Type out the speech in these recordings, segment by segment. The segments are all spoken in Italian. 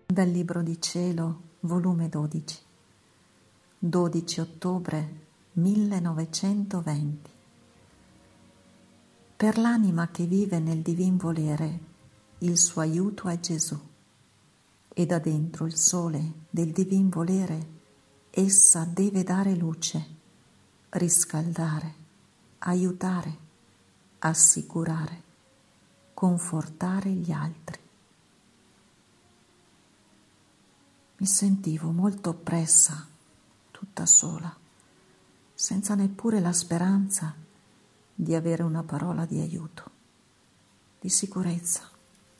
Dal Libro di Cielo, volume 12 ottobre 1920. Per l'anima che vive nel divin volere, il suo aiuto è Gesù, e da dentro il sole del divin volere essa deve dare luce, riscaldare, aiutare, assicurare, confortare gli altri. Mi sentivo molto oppressa, tutta sola, senza neppure la speranza di avere una parola di aiuto, di sicurezza.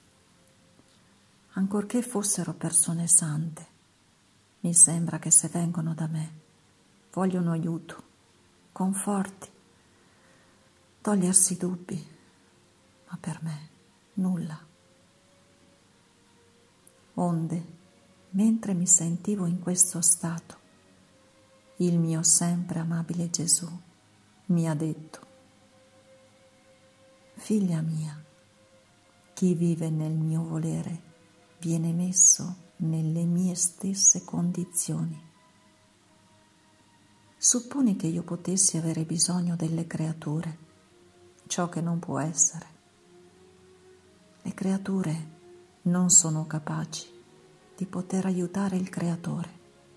Ancorché fossero persone sante, mi sembra che se vengono da me vogliono aiuto, conforti, togliersi dubbi, ma per me nulla. Onde, mentre mi sentivo in questo stato, il mio sempre amabile Gesù mi ha detto: figlia mia, chi vive nel mio volere viene messo nelle mie stesse condizioni. Supponi che io potessi avere bisogno delle creature, ciò che non può essere. Le creature non sono capaci di poter aiutare il Creatore.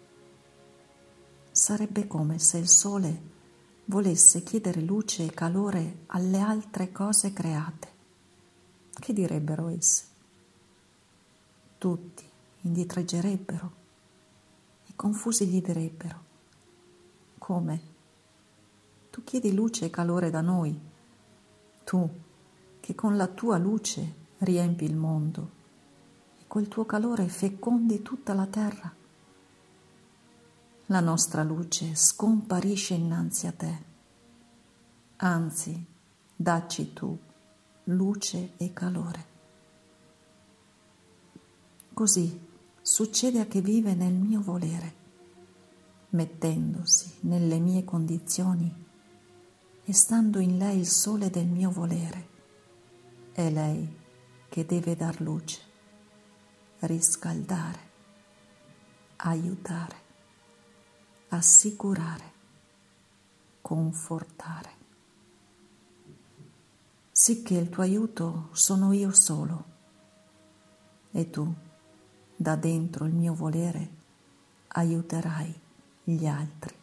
Sarebbe come se il sole volesse chiedere luce e calore alle altre cose create. Che direbbero esse? Tutti indietreggerebbero e confusi gli direbbero: come? Tu chiedi luce e calore da noi, tu che con la tua luce riempi il mondo e col tuo calore fecondi tutta la terra. La nostra luce scomparisce innanzi a te. Anzi, dacci tu luce e calore. Così succede a chi vive nel mio volere, mettendosi nelle mie condizioni e stando in lei il sole del mio volere. È lei che deve dar luce, riscaldare, aiutare, assicurare, confortare. Sicché il tuo aiuto sono io solo, e tu, da dentro il mio volere, aiuterai gli altri.